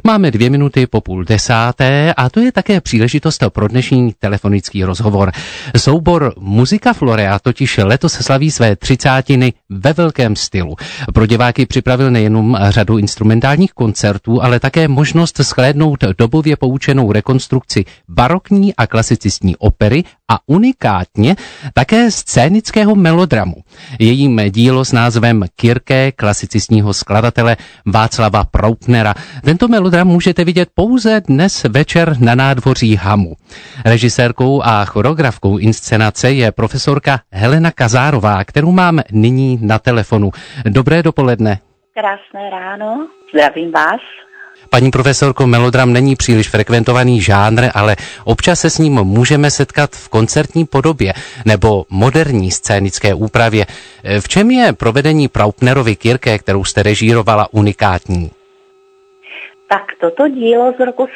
Máme 2 minuty po 9:30 a to je také příležitost pro dnešní telefonický rozhovor. Soubor Muzika Florea totiž letos slaví své 30. ve velkém stylu. Pro diváky připravil nejenom řadu instrumentálních koncertů, ale také možnost shlédnout dobově poučenou rekonstrukci barokní a klasicistní opery a unikátně také scénického melodramu. Jejím dílo s názvem Kirke klasicistního skladatele Václava Proutnera. Tento melodram můžete vidět pouze dnes večer na nádvoří Hamu. Režisérkou a choreografkou inscenace je profesorka Helena Kazárová, kterou mám nyní na telefonu. Dobré dopoledne. Krásné ráno, zdravím vás. Paní profesorko, melodram není příliš frekventovaný žánr, ale občas se s ním můžeme setkat v koncertní podobě nebo moderní scénické úpravě. V čem je provedení Proutnerovy Kirke, kterou jste režírovala, unikátní? Tak toto dílo z roku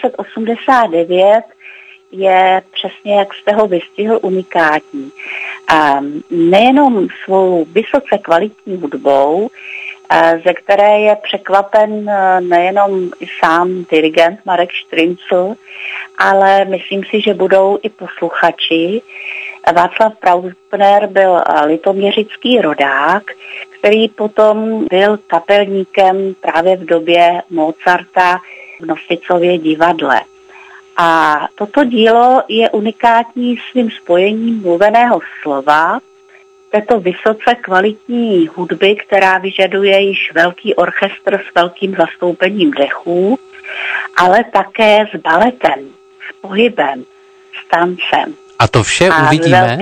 1789 je přesně, jak jste ho vystihl, unikátní. A nejenom svou vysoce kvalitní hudbou, ze které je překvapen nejenom i sám dirigent Marek Štryncl, ale myslím si, že budou i posluchači. Václav Proutner byl litoměřický rodák, který potom byl kapelníkem právě v době Mozarta v Nosicově divadle. A toto dílo je unikátní svým spojením mluveného slova, této vysoce kvalitní hudby, která vyžaduje již velký orchestr s velkým zastoupením dechů, ale také s baletem, s pohybem, s tancem. A to vše uvidíme?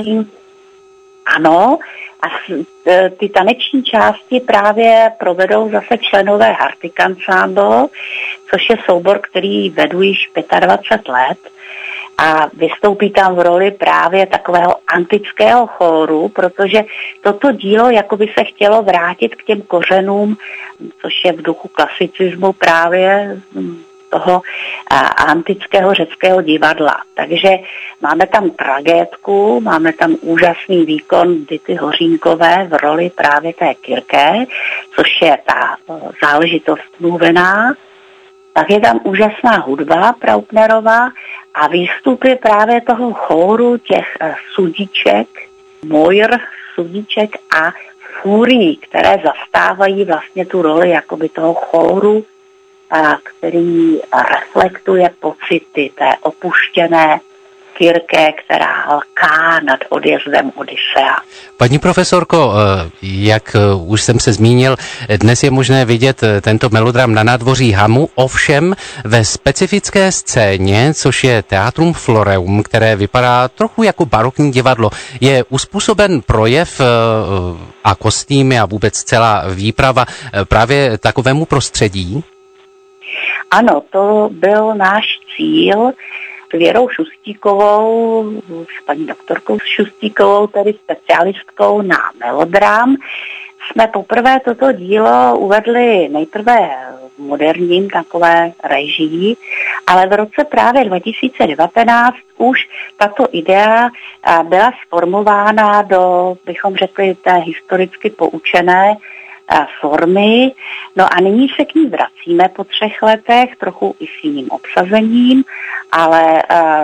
Ano, a ty taneční části právě provedou zase členové Hartig Ensemble, což je soubor, který vedu již 25 let. A vystoupí tam v roli právě takového antického chóru, protože toto dílo jakoby se chtělo vrátit k těm kořenům, což je v duchu klasicismu právě toho antického řeckého divadla. Takže máme tam tragédku, máme tam úžasný výkon Dity Hořínkové v roli právě té Kirke, což je ta záležitost mluvená. Tak je tam úžasná hudba Proutnerova a výstupy právě toho chóru těch sudiček, mojr, sudiček a fúrií, které zastávají vlastně tu roli jakoby toho chóru, který reflektuje pocity té opuštěné Kirke, která lká nad odjezdem Odysea. Paní profesorko, jak už jsem se zmínil, dnes je možné vidět tento melodram na nádvoří Hamu, ovšem ve specifické scéně, což je Teatrum Floreum, které vypadá trochu jako barokní divadlo. Je uspůsoben projev a kostýmy a vůbec celá výprava právě takovému prostředí? Ano, to byl náš cíl. S Věrou Šustíkovou, s paní doktorkou Šustíkovou, tedy specialistkou na melodram, jsme poprvé toto dílo uvedli nejprve v moderním takové režii, ale v roce právě 2019 už tato idea byla sformována do, bychom řekli, té historicky poučené formy. No a nyní se k ní vracíme po 3 letech, trochu i s jiným obsazením, ale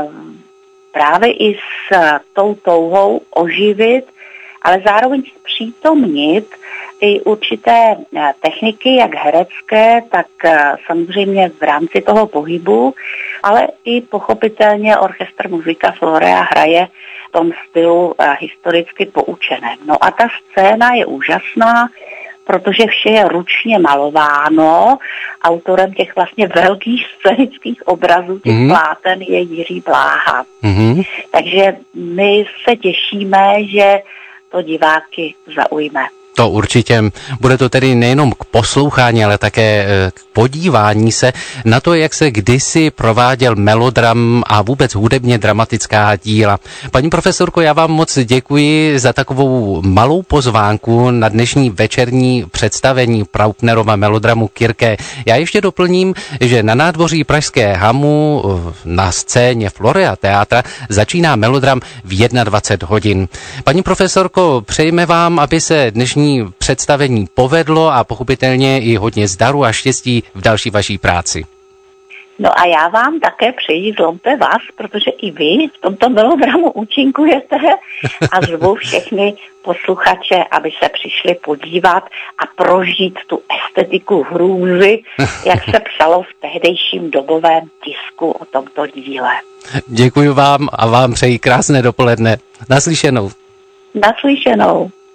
právě i s tou touhou oživit, ale zároveň zpřítomnit i určité techniky, jak herecké, tak samozřejmě v rámci toho pohybu, ale i pochopitelně orchestr Muzika Florea hraje v tom stylu historicky poučeném. No a ta scéna je úžasná, protože vše je ručně malováno. Autorem těch vlastně velkých scénických obrazů, těch pláten, je Jiří Bláha. Takže my se těšíme, že to diváky zaujme. To určitě. Bude to tedy nejenom k poslouchání, ale také k podívání se na to, jak se kdysi prováděl melodram a vůbec hudebně dramatická díla. Paní profesorko, já vám moc děkuji za takovou malou pozvánku na dnešní večerní představení Proutnerova melodramu Kirke. Já ještě doplním, že na nádvoří pražské Hamu na scéně Florea Teatra začíná melodram v 21 hodin. Paní profesorko, přejme vám, aby se dnešní představení povedlo a pochopitelně i hodně zdaru a štěstí v další vaší práci. No a já vám také přeji zlomte vás, protože i vy v tomto melodramu účinkujete a zvu všechny posluchače, aby se přišli podívat a prožít tu estetiku hrůzy, jak se psalo v tehdejším dobovém tisku o tomto díle. Děkuji vám a vám přeji krásné dopoledne. Naslyšenou. Naslyšenou.